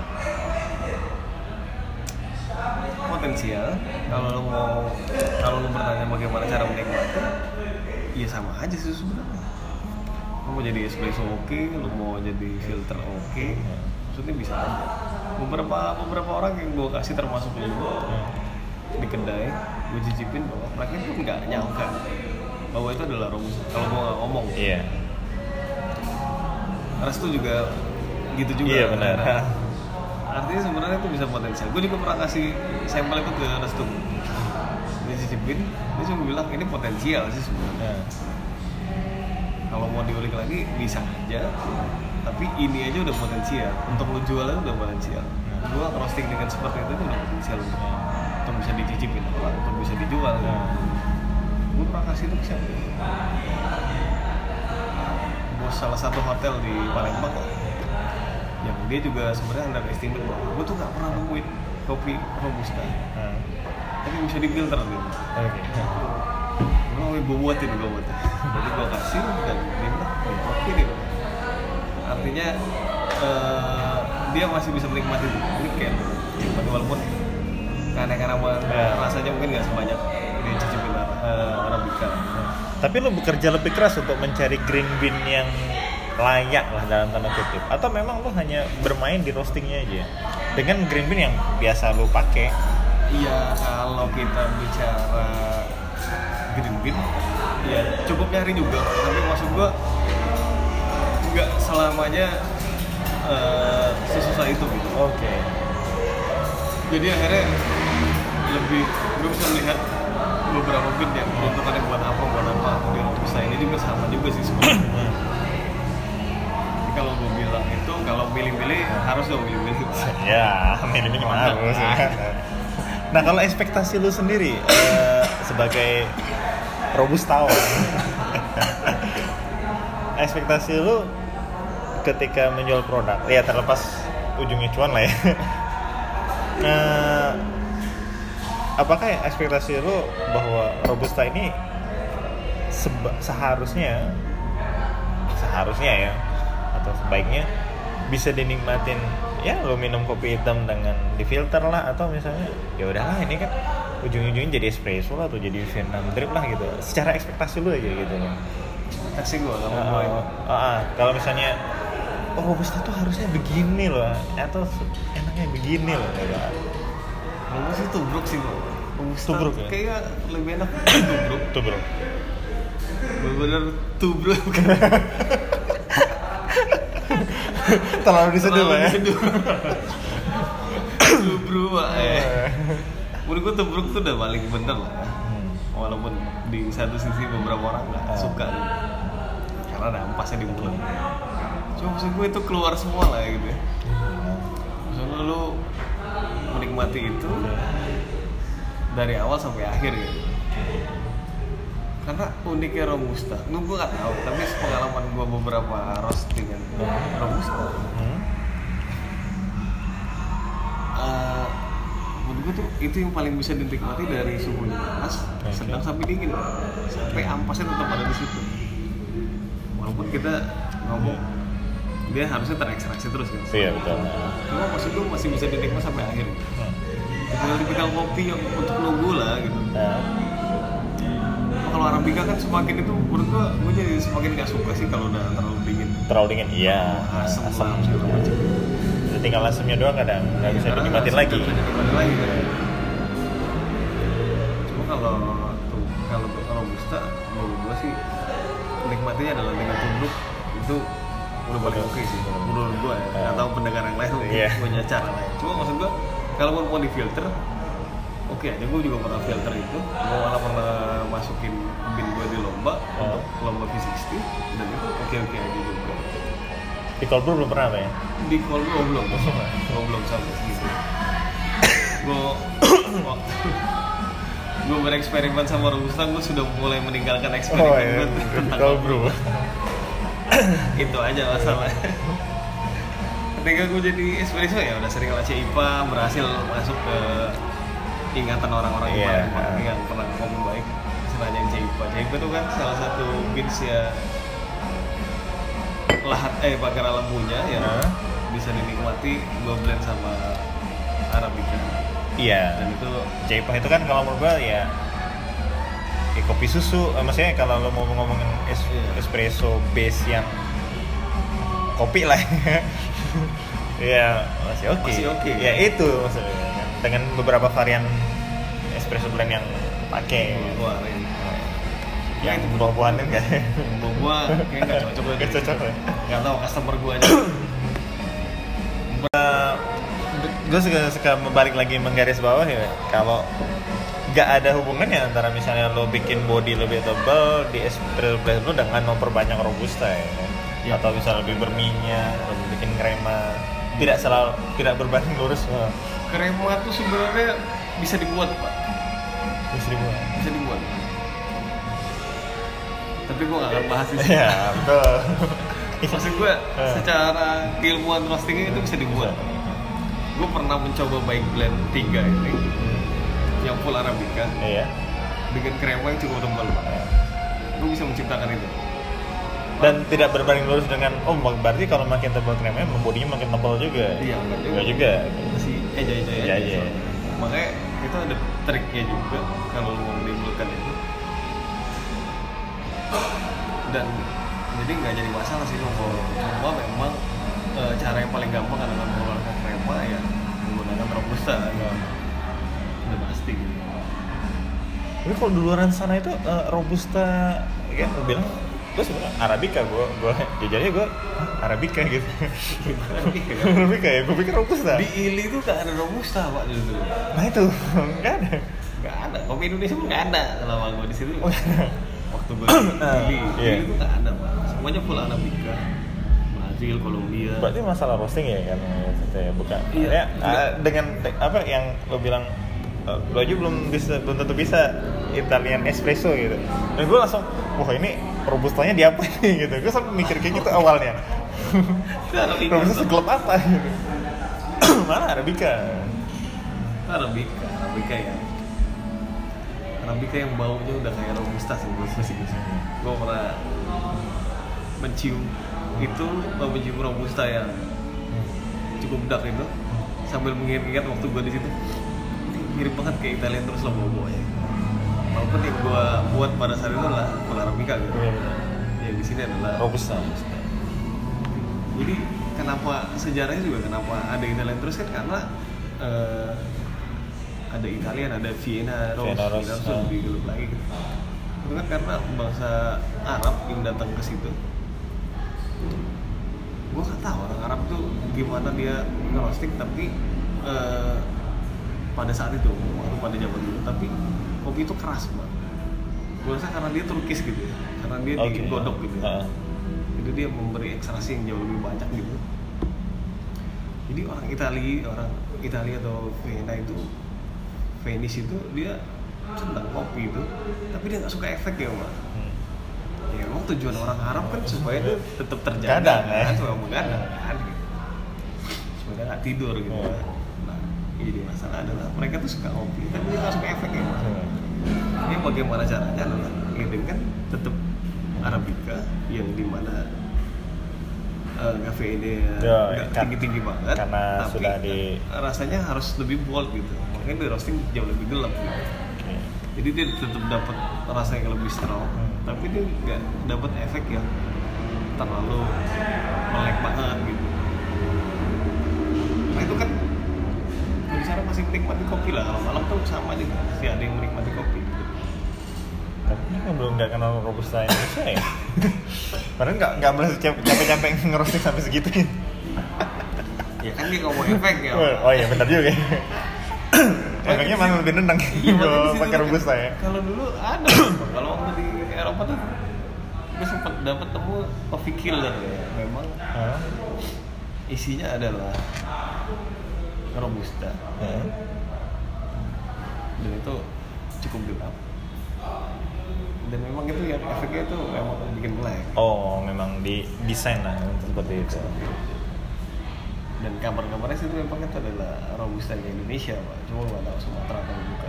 potensial. Kalau lu mau kalau lu bertanya bagaimana cara menikmati, ya sama aja sih sebenarnya. Lu mau jadi espresso oke, lu mau jadi filter oke, maksudnya bisa aja. Beberapa beberapa orang yang gue kasih termasuk lu Hmm. di kedai, gue cicipin bahwa mereka itu nggak nyangka bahwa itu adalah Robusta. Kalau gue nggak ngomong, Iya. Restu juga gitu juga. Iya benar. Artinya sebenarnya itu bisa potensial. Gue juga pernah kasih sampel itu ke Restu, dia cicipin, dia cuma bilang ini potensial sih sebenarnya. Nah, kalau mau diulik lagi bisa aja, tapi ini aja udah potensial untuk lu jual aja udah potensial. Gua roasting dengan seperti itu tuh udah potensial untuk, untuk bisa dicicipin apa, untuk bisa dijual. Gue pernah kasih itu ke siapa? Bos salah satu hotel di Palembang kok, yang dia juga sebenarnya underestimate. Gue tuh nggak pernah nemuin kopi robusta, hmm. tapi bisa difilter gitu. Oke. Okay. Gue mau buat itu gue buat. Jadi gue kasih dan dia bilang, oh, oke deh. Artinya uh, dia masih bisa menikmati itu. Ini kayak, walaupun karena-karena yeah. rasanya mungkin nggak sebanyak dia cicipin uh, Arabica. Tapi lo bekerja lebih keras untuk mencari green bean yang layak lah dalam tanda kutip, atau memang lo hanya bermain di roastingnya aja dengan green bean yang biasa lo pakai? Iya, kalau kita bicara green bean, ya cukup nyari juga. Tapi maksud gua nggak selamanya uh, sesusah itu gitu. Oke. Okay. Jadi akhirnya lebih gue bisa melihat beberapa bean yang peruntukannya buat apa, buat apa. Di robusta ini juga sama juga sih sebenarnya. Kalau gue bilang itu, kalau milih-milih harus dong milih-milih. Ya, milih-milih harus. Nah, kalau ekspektasi lu sendiri uh, sebagai robustawan, ekspektasi lu ketika menjual produk, ya terlepas ujungnya cuan lah ya. Nah, apakah ekspektasi lu bahwa robusta ini seba- seharusnya seharusnya ya atau sebaiknya bisa dinikmatin, ya lo minum kopi hitam dengan difilter lah, atau misalnya ya udahlah ini kan ujung-ujungnya jadi espresso lah atau jadi Vietnam drip lah gitu. Secara ekspektasi lu aja gitu loh. Ekspektasi gue kalau uh, gue itu uh, uh, kalau misalnya oh robusta tuh harusnya begini loh, atau enaknya begini loh ya. Robusta sih tubruk sih bro. Robusta tubruk ya? Kayaknya lebih enak tubruk. Tubruk. Bener-bener tubruk. Terlalu diseduh ya. Tubruk pak ya. Menurut gue tubruk tuh udah paling bener lah ya. Hmm. Walaupun di satu sisi beberapa orang nggak hmm. suka gitu. Karena ada ampasnya di mulut. Cuma maksud gue itu keluar semua lah ya gitu ya. Misalnya lu menikmati itu dari awal sampai akhir gitu. Karena uniknya robusta, gue nggak tahu, tapi pengalaman gue beberapa roastingan robusta, hmm. uh, menurut gue tuh itu yang paling bisa dinikmati dari suhunya panas, okay. sedang sampai dingin, sampai ampasnya tetap ada di situ. Walaupun kita ngomong dia harusnya terekstraksi terus kan. Iya betul. Cuma maksud gue masih bisa dinikmati sampai akhir. Hmm. Tinggal dipikal kopi yang untuk lo gula gitu. Hmm. Kalau Arabica kan semakin itu menurut gua, gua jadi semakin nggak suka sih kalau udah terlalu dingin. Terlalu dingin, iya. Asam, asam segala macam. Jadi tinggal asamnya doang kadang, nggak iya, bisa dinikmatin lagi. Bisa dinikmatin lagi kan. Cuma kalau tuh kalau robusta, menurut gua sih nikmatinya adalah dengan tubruk itu udah paling oke sih. Menurut gua ya. Nggak tahu pendengar yang lain yeah. punya cara lain. Cuma maksud gua kalau mau di filter oke aja, gue juga pernah filter itu. Gue malah pernah masukin bin gue di lomba oh. untuk lomba V enam puluh dan itu oke-oke aja juga. Di cold brew belum pernah apa ya? Di cold brew belum, gue belum sampai segitu. Gue waktu gue bereksperimen sama robusta, gue sudah mulai meninggalkan eksperimen oh, iya. gue tentang cold brew. Itu aja masalahnya. Ketika gue jadi espresso ya udah sering lah C I P A, berhasil masuk ke ingatan orang-orang yeah. yang pernah ngomong baik. Senanya C I P A. C I P A itu kan salah satu beans ya lahat eh pagar lembunya ya huh? bisa dinikmati gue blend sama Arabica. Iya. Dan itu C I P A itu kan kalau menurut gue ya, ya kopi susu. Maksudnya kalau lo mau ngomongin es, yeah. espresso base yang kopi lah. Ya masih oke. Okay. Masih oke. Okay. Ya itu maksudnya. Dengan beberapa varian espresso blend yang pakai buah yang buah-buahan kan buah-buah kayaknya nggak cocok nggak cocok ya nggak tahu customer gue aja. Gue suka, suka balik lagi menggaris bawah ya, kalau nggak ada hubungannya antara misalnya lo bikin body lebih tebal di espresso blend lo dengan memperbanyak robusta ya, Ya. atau misalnya lebih berminyak, lebih bikin krema, tidak selalu tidak berbanding lurus. Oh. Krema tuh sebenarnya bisa dibuat pak, Bisa dibuat. bisa dibuat. Tapi gue gak akan bahas di sini. Ya betul. Maksud gue secara keilmuan roastingnya itu bisa dibuat. Gue pernah mencoba bike blend tiga ini yang full arabica Iya. dengan krema yang cukup tebal pak. Gue bisa menciptakan itu. Dan tidak berbanding lurus dengan oh berarti kalau makin tebal kremanya bodinya makin tebal juga. Iya benar juga. Enggak juga. Masih eja-eja Iya, aja. iya. Makanya itu ada triknya juga kalau lu mau menimbulkan itu. Dan jadi nggak jadi masalah sih kalau cuma memang e, cara yang paling gampang adalah menggunakan krema ya menggunakan robusta ya. Udah pasti gitu. Tapi kalau di luar sana itu uh, robusta kan lu bilang gue sebenarnya arabica, gue gue jajannya gue arabica gitu. Arabica ya, gue pikir robusta. Di Ili tuh nggak ada robusta pak justru. Nah itu nggak ada. Nggak ada. Kopi Indonesia pun nggak ada selama gue di situ. Waktu gue di Ili, Iya. Ili tuh nggak ada pak. Semuanya full arabica. Brazil, Kolombia. Berarti masalah roasting ya kan, ya bukan. Iya. Ya, uh, dengan te- apa yang lo bilang, uh, lo aja belum bisa, belum tentu bisa Italian espresso gitu. Dan gue langsung, wah ini robustanya diapain nih gitu. Gue sampai mikir kayak gitu awalnya. Robusta segelap apa gitu. Mana arabica? Arabica, Arabica ya. Arabica yang baunya udah kayak robusta sih gue sih. Gue pernah mencium itu, mau mencium robusta yang cukup dark itu, sambil mengingat-ingat waktu gue di situ. Ini mirip banget kayak Italian terus loh bau-baunya. Walaupun yang gue buat pada saat itu adalah full Arabica gitu. Ya di sini adalah Robusta. Jadi kenapa sejarahnya juga kenapa ada Italian terus kan karena uh, ada Italian, ada Vienna Rose, Vienna Rose, Vienna Rose uh. lebih gelap lagi gitu. Itu kan karena bangsa Arab yang datang ke situ. Gue nggak tahu orang Arab tuh gimana dia ngerosting, tapi uh, pada saat itu waktu pada zaman dulu, tapi kopi itu keras banget. Gue rasa karena dia Turkis gitu ya, karena dia Okay. digodok gitu. Ya. Uh. Itu dia memberi ekstraksi yang jauh lebih banyak gitu. Jadi orang Italia, orang Italia atau Vienna itu, Venice itu dia senang kopi itu, tapi dia nggak suka efek ya Pak. Hmm. Ya emang tujuan orang Arab kan supaya dia tetap terjaga, Gadang, kan, ya? supaya begadang kan, gitu. Supaya dia nggak tidur gitu. Hmm. Kan. Nah, ini jadi masalah adalah mereka tuh suka kopi, tapi dia nggak suka efek ya Pak. Hmm. Ini bagaimana caranya adalah ya dengan tetap Arabica yang dimana uh, kafeinnya Ya, nggak kan- tinggi-tinggi banget, karena tapi sudah di- rasanya harus lebih bold gitu, makanya di roasting jauh lebih gelap gitu. Okay. Jadi dia tetap dapat rasa yang lebih strong, Hmm. tapi dia nggak dapat efek yang terlalu melek banget gitu. Nah itu kan kalau di sana masih menikmati kopi lah, kalau malam tuh sama juga, masih ada yang menikmati kopi gitu. Tapi kan belum nggak kenal robusta Indonesia ya. Padahal nggak nggak merasa cap- capek-capek ngerosting sampai segitu. Ya kan dia ngomong efek ya. Oh iya benar juga. Efeknya mana lebih nendang Iya, makanya di kalau situ pakai kan, robusta ya. Kalau dulu ada, kalau waktu di Eropa tuh gue sempat dapat temu coffee killer ya. Memang Hah? isinya adalah robusta Hah? dan itu cukup gelap. Dan memang itu yang efeknya itu memang bikin melek. Oh memang di desain lah seperti itu. Dan kabar-kabarnya sih itu memang itu adalah robusta di Indonesia, Pak. Cuma nggak tahu Sumatera atau bukan.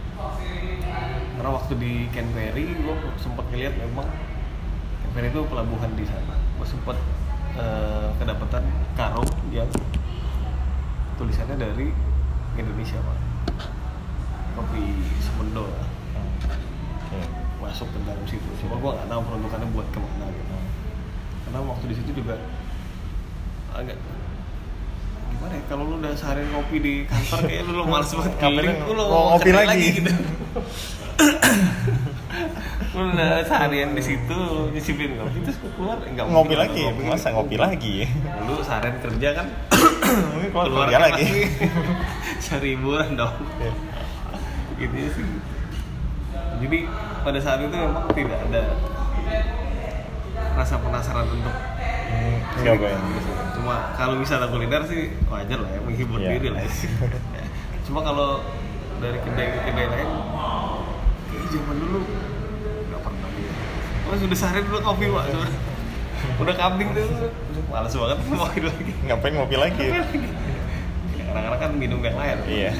Karena waktu di Canberra, gue sempat ngeliat memang Canberra itu pelabuhan di sana. Gue sempat uh, kedapatan karung yang tulisannya dari Indonesia, Pak. Kopi Semendo lah. Oke. Masuk ke dalam situ. Cuma gue nggak tahu peruntukannya buat kemana gitu. Karena waktu di situ juga agak gimana ya, kalau lu udah seharian ngopi di kantor kayak lu, lu males banget keliling, lu Mau mau ngopi kerja lagi. gitu. Lu udah seharian di situ lu nyicipin kopi terus keluar enggak Ngopi lagi, masa ngopi lagi? Lu seharian kerja kan Mungkin kalau keluar kerja kan lagi. pasti cari hiburan dong. Ya. Gitu sih. Jadi pada saat itu memang tidak ada rasa penasaran untuk Enggak bayang. Cuma kalau wisata kuliner sih wajar lah ya, menghibur Iya. diri lah ya. Cuma kalau dari kedai ke kedai lain, kayak zaman dulu nggak pernah dia. Oh sudah sehari dulu kopi pak, sudah, udah kambing tuh, malas banget mau lagi. Ngapain ngopi lagi? Kadang-kadang kan minum yang lain. Iya.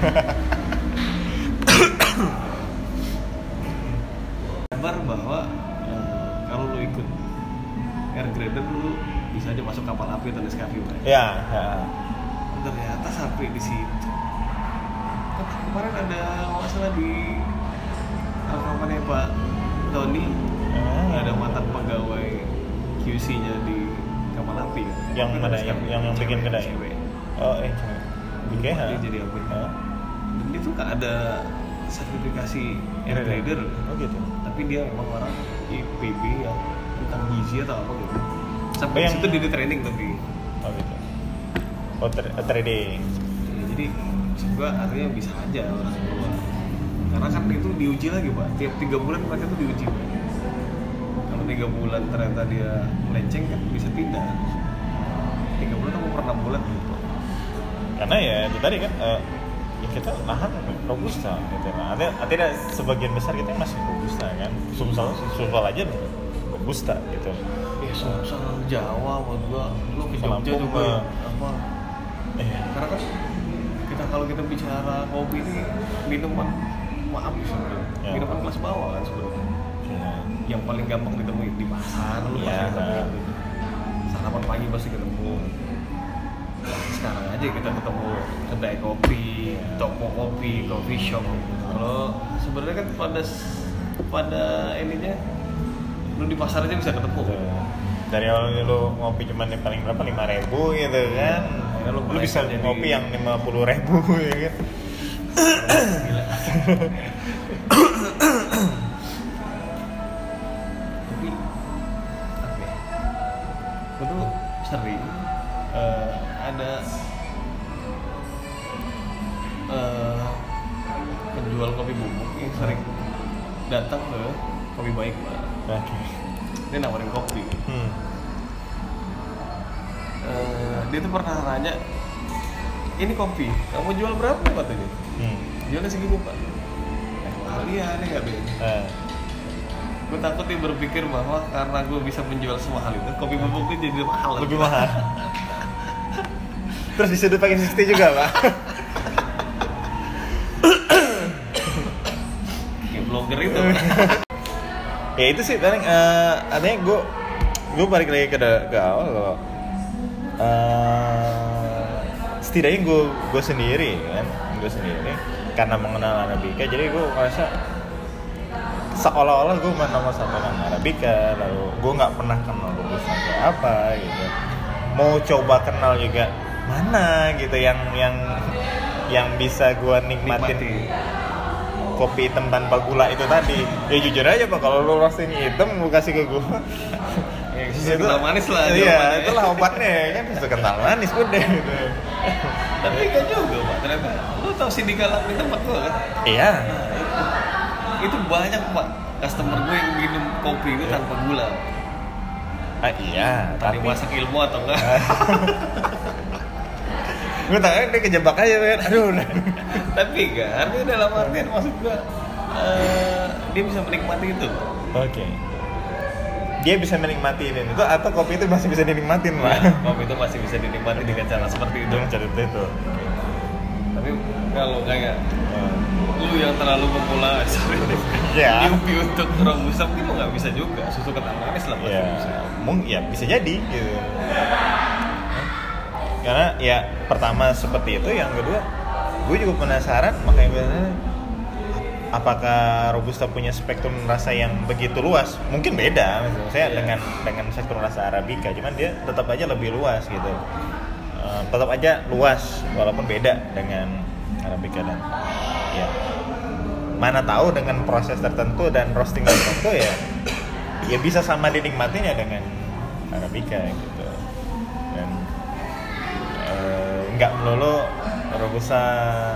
Kabar bahwa eh, kalau lu ikut air grader lu bisa aja masuk kapal api atau Nescafe Pak. Iya, ya. Ternyata sampai di situ. Kan kemarin ada masalah di rekamannya Pak Tony, Ah, ada mantan pegawai Q C-nya di kapal api kan. Yang Itu mana? Nescafe, Yang yang, yang bikin cewek, kedai? cewek. Oh, eh. Oke, Dia ha. jadi apa? Hah? Dan dia tuh nggak ada sertifikasi air grader. Oh gitu. Tapi dia memang orang I P B yang bukan gizi atau apa gitu. Sampai Oh, di yang- situ dia di training tapi. Oh gitu. Oh, tra- trading. Ya, jadi maksud gua artinya bisa aja orang keluar. Karena kan itu diuji lagi pak. Tiap tiga bulan mereka tuh diuji. Pak. Kalau tiga bulan ternyata dia melenceng kan bisa pindah. Tiga bulan atau per enam bulan gitu. Karena ya itu tadi kan eh, ya kita lahan robusta gitu. Nah, ada ada sebagian besar kita masih robusta kan. Sumsel Sumsel aja robusta gitu. Ya Sumsel Jawa buat gua. Lu ke Lampung Jogja juga mah. apa? Iya. Karena kan kita kalau kita bicara kopi ini minuman maaf sebenarnya. Ya. Minuman kelas bawah kan sebenarnya. Iya. Yang paling gampang ditemui di pasar lu Iya. pasti ketemu gitu. Sarapan pagi pasti ketemu. Sekarang aja kita ketemu kedai kopi, toko kopi, coffee shop. Kalau sebenarnya kan pada pada ininya lu di pasar aja bisa ketemu. Tuh. Dari awal lu ngopi cuman yang paling berapa lima ribu gitu kan. Ya, lu lu bisa jadi- ngopi yang lima puluh ribu ya kan. Gila. Tapi apa ya? Gue tuh sering eh, ada eh, penjual kopi bubuk yang sering datang ke Kopi Baik Pak. Oke. Dia nawarin kopi. Hmm. Eh, dia tuh pernah nanya, ini kopi, kamu jual berapa katanya? Hmm. Jualnya segini Pak. Eh, mahal iya, aneh nggak deh? Eh. Gue takut dia berpikir bahwa karena gue bisa menjual semahal itu, kopi bubuknya jadi mahal. Lebih mahal. Terus disuruh pakai sixty juga, Pak. Kayak blogger itu. Ya itu sih paling eh artinya gue gue balik lagi ke ke awal kalau eh setidaknya gue gue sendiri kan gue sendiri karena mengenal Arabica jadi gue merasa seolah-olah gue menamakan Arabica lalu gue nggak pernah kenal robusta kayak apa gitu mau coba kenal juga mana gitu yang yang yang bisa gue nikmatin Nikmati. kopi hitam tanpa gula itu tadi ya jujur aja pak kalau lu roasting hitam lu kasih ke gue Ya, susu kental manis lah. iya jawabannya. itulah obatnya kan susu kental manis udah gitu Tapi enggak juga Pak, ternyata. Lu tau Cindy Galang di tempat gua kan? iya Itu banyak Pak customer gue yang minum kopi itu tanpa gula. ah iya Tadi tapi masak ilmu atau enggak? gue tanya dia kejebak aja kan aduh udah Tapi enggak, artinya dalam artian maksud gua eh, dia bisa menikmati itu. oke dia bisa menikmati ini itu atau kopi itu masih bisa dinikmatin Nah, lah kopi itu masih bisa dinikmati dengan cara seperti itu. dengan cerita itu Tapi kalau kayak lu yang terlalu memulai sorry Ya. newbie untuk robusta mungkin lo nggak bisa juga susu kental manis lah pasti ya bisa. mungkin ya bisa jadi gitu karena ya pertama seperti itu yang kedua gue juga penasaran makanya biasanya apakah robusta punya spektrum rasa yang begitu luas mungkin beda misalnya saya Iya. dengan dengan spektrum rasa arabica cuman dia tetap aja lebih luas gitu. Uh, tetap aja luas walaupun beda dengan arabica dan ya mana tahu dengan proses tertentu dan roasting tertentu ya ya bisa sama dinikmatinya dengan arabica gitu dan eh, nggak melulu robusta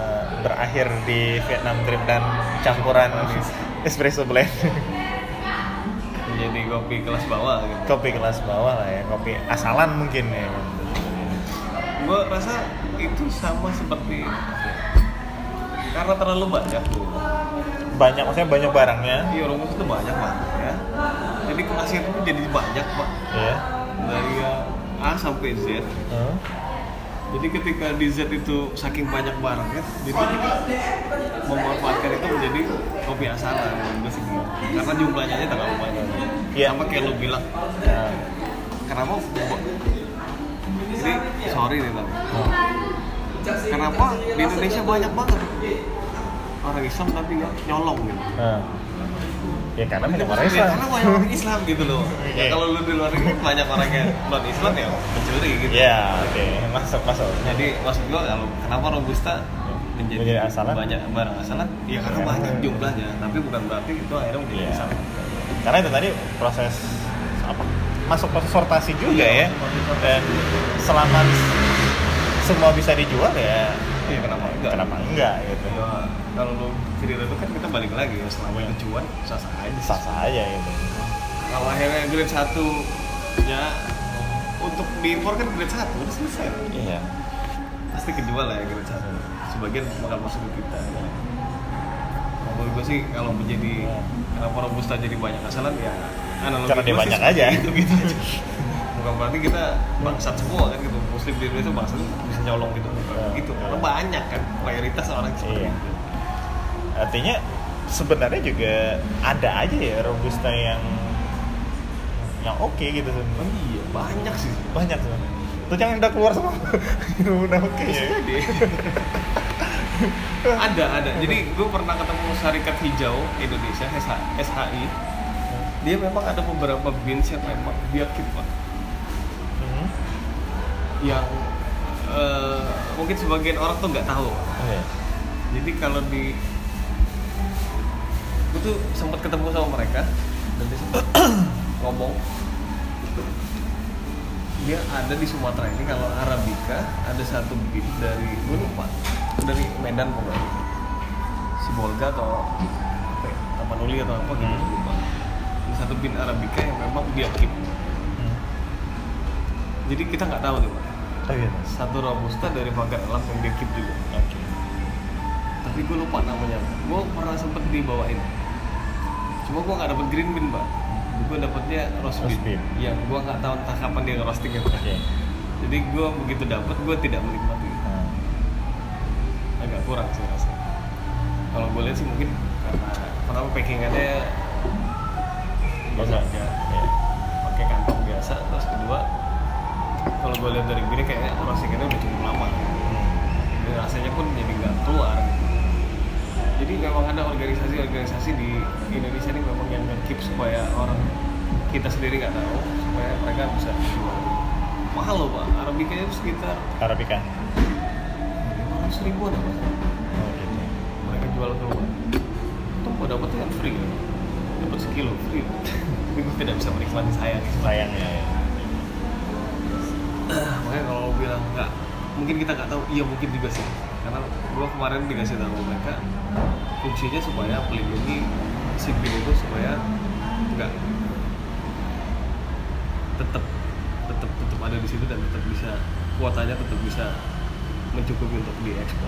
berakhir di Vietnam Drip dan campuran espresso blend. Menjadi kopi kelas bawah gitu. Kopi kelas bawah lah ya, kopi asalan mungkin ya. Gue rasa itu sama seperti karena terlalu banyak tuh. Banyak, maksudnya banyak barangnya. Iya, Robusta itu banyak banget ya. Jadi penghasil itu jadi banyak pak. Iya. Dari A sampai Z. Hmm. Jadi ketika di Z itu saking banyak barangnya, jadi memanfaatkan itu menjadi kopi asalan menurut sih. Karena jumlahnya aja terlalu banyak. Iya. Sama kayak lu bilang. Nah. Kenapa? Jadi sorry nih tapi. Kenapa di Indonesia banyak banget orang Islam tapi nggak nyolong gitu? Nah. Ya karena banyak orang Islam. Ya, karena banyak orang Islam gitu loh. Ya, Okay. kalau lu di luar negeri banyak orang yang non Islam ya mencuri gitu. Iya, oke. Okay. Masuk, masuk. Jadi maksud gua kalau kenapa Robusta menjadi, Menjadi asalan? banyak barang asalan? Ya karena Ya. banyak jumlahnya, tapi bukan berarti itu akhirnya menjadi Iya. asalan. Karena itu tadi proses apa? Masuk proses sortasi juga Iya, ya. proses sortasi. Dan selama semua bisa dijual ya, Iya kenapa enggak? kenapa enggak gitu. Ya, kalau lu cerita itu kan kita balik lagi ya selama itu cuan sah-sah aja. Sah-sah aja gitu. Kalau akhirnya grade satu ya untuk diimpor kan grade satu udah selesai. Iya. Pasti kejual lah ya grade satu. Sebagian bakal masuk ke kita. Menurut gue sih kalau menjadi kenapa Robusta jadi banyak asalan ya analogi Karena dia gue sih banyak seperti aja. Itu gitu aja. Bukan berarti kita bangsat semua kan gitu. Muslim di Indonesia bangsat itu bisa nyolong gitu. Ya, gitu. ya. Karena banyak kan mayoritas orang seperti Iya. itu. Artinya sebenarnya juga ada aja ya Robusta yang yang oke okay gitu Oh sebenarnya. iya, banyak sih. Banyak sebenarnya. Tuh jangan udah keluar semua. Udah oke okay, Bisa ya. jadi. ada, ada. Jadi gue pernah ketemu Syarikat Hijau Indonesia, S H I. Dia memang ada beberapa beans yang memang dia keep pak. Hmm. Yang uh, mungkin sebagian orang tuh nggak tahu. Oke. Jadi kalau di gue tuh sempat ketemu sama mereka dan dia sempat ngomong dia ada di Sumatera ini kalau Arabica ada satu bean dari gue lupa dari Medan pokoknya Sibolga atau apa ya, Tapanuli atau apa gitu Hmm. lupa. Ada satu bean Arabica yang memang dia keep. Hmm. Jadi kita nggak tahu tuh pak. Oh iya. Satu Robusta dari Pagar Alam yang dia keep juga. Oke. Tapi gue lupa namanya. Gue pernah sempet dibawain. Cuma gue nggak dapet green bean pak. Gue dapetnya roast Roast bean. bean. Yang gue nggak tahu entah kapan dia ngerosting ya. Oke. Jadi gue begitu dapet gue tidak menikmati. Nah. Agak kurang sih rasanya. Kalau gue lihat sih mungkin karena pertama packingannya biasa Oke. aja. Ya. Pakai kantong biasa. Terus kedua kalau gue lihat dari gini kayaknya roastingannya udah cukup lama. Hmm. Jadi rasanya pun jadi nggak keluar. Jadi memang ada organisasi-organisasi di Indonesia ini memang yang nge-keep supaya orang kita sendiri nggak tahu supaya mereka bisa jual. Mahal loh pak, Arabica itu sekitar Arabica. lima ratus ribuan apa? Oh gitu. Mereka jual keluar. Itu mau dapetnya kan free kan? Dapat sekilo free. Tapi gue tidak bisa menikmati sayang. Sayangnya ya. Makanya kalau lo bilang nggak, mungkin kita nggak tahu. Iya mungkin juga sih. Karena gue kemarin dikasih tahu mereka fungsinya supaya melindungi si bean itu supaya nggak tetap tetap tetap ada di situ dan tetap bisa kuotanya tetap bisa mencukupi untuk diekspor.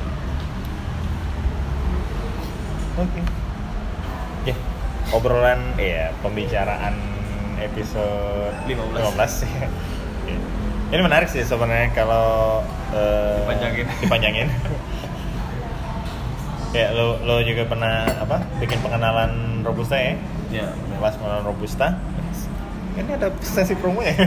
Oke. Ya, obrolan ya pembicaraan episode lima belas. lima belas ya. Oke. Ini menarik sih sebenarnya kalau uh, Dipanjangin. dipanjangin. Ya, lo lo juga pernah apa? Bikin pengenalan Robusta ya? Ya. Kelas pengenalan Robusta. Ini ada sesi promo ya.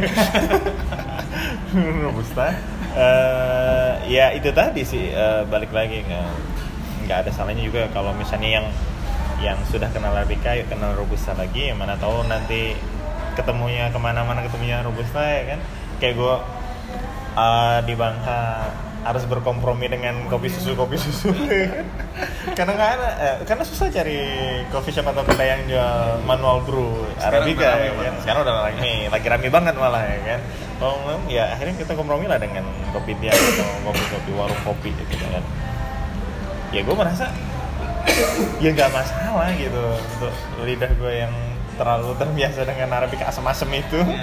Robusta. Uh, ya itu tadi sih uh, balik lagi nggak nggak ada salahnya juga kalau misalnya yang yang sudah kenal Arabica yuk kenal Robusta lagi. Yang mana tahu nanti ketemunya kemana-mana ketemunya Robusta ya kan. Kayak gue uh, di Bangka harus berkompromi dengan kopi susu kopi susu karena nggak ada eh, karena susah cari coffee shop atau kedai yang jual manual brew Arabica ya kan. Sekarang udah rame lagi rame banget malah ya kan. Oh ya akhirnya kita kompromi lah dengan kopi tiap atau kopi-kopi warung kopi gitu kan. ya gue merasa ya nggak masalah gitu untuk lidah gue yang terlalu terbiasa dengan Arabica asam-asam itu. Ya.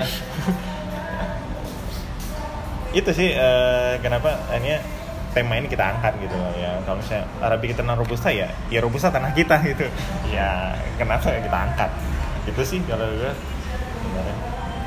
Itu sih uh, kenapa akhirnya tema ini kita angkat gitu loh ya. Kalau misalnya Arabica tanah Robusta ya, ya Robusta tanah kita gitu. Ya kenapa kita angkat? Itu sih kalau gue sebenarnya.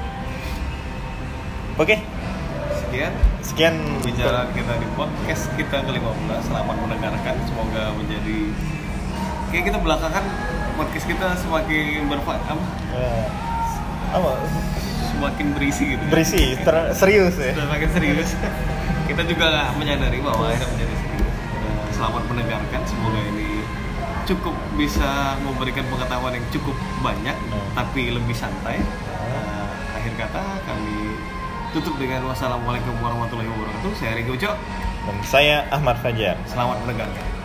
Oke. Sekian Sekian bicara kita di podcast kita ke lima belas. Selamat mendengarkan. Semoga menjadi kayak kita belakangan podcast kita semakin berfaedah. Uh, apa? Semakin berisi gitu. Berisi, ter- serius ya. Semakin serius. Kita juga nggak menyadari bahwa akhirnya menjadi serius. Selamat mendengarkan. Semoga ini cukup bisa memberikan pengetahuan yang cukup banyak, hmm. tapi lebih santai. Uh, akhir kata kami tutup dengan wassalamualaikum warahmatullahi wabarakatuh. Saya Rigo Uco. Dan saya Ahmad Fajar. Selamat mendengarkan.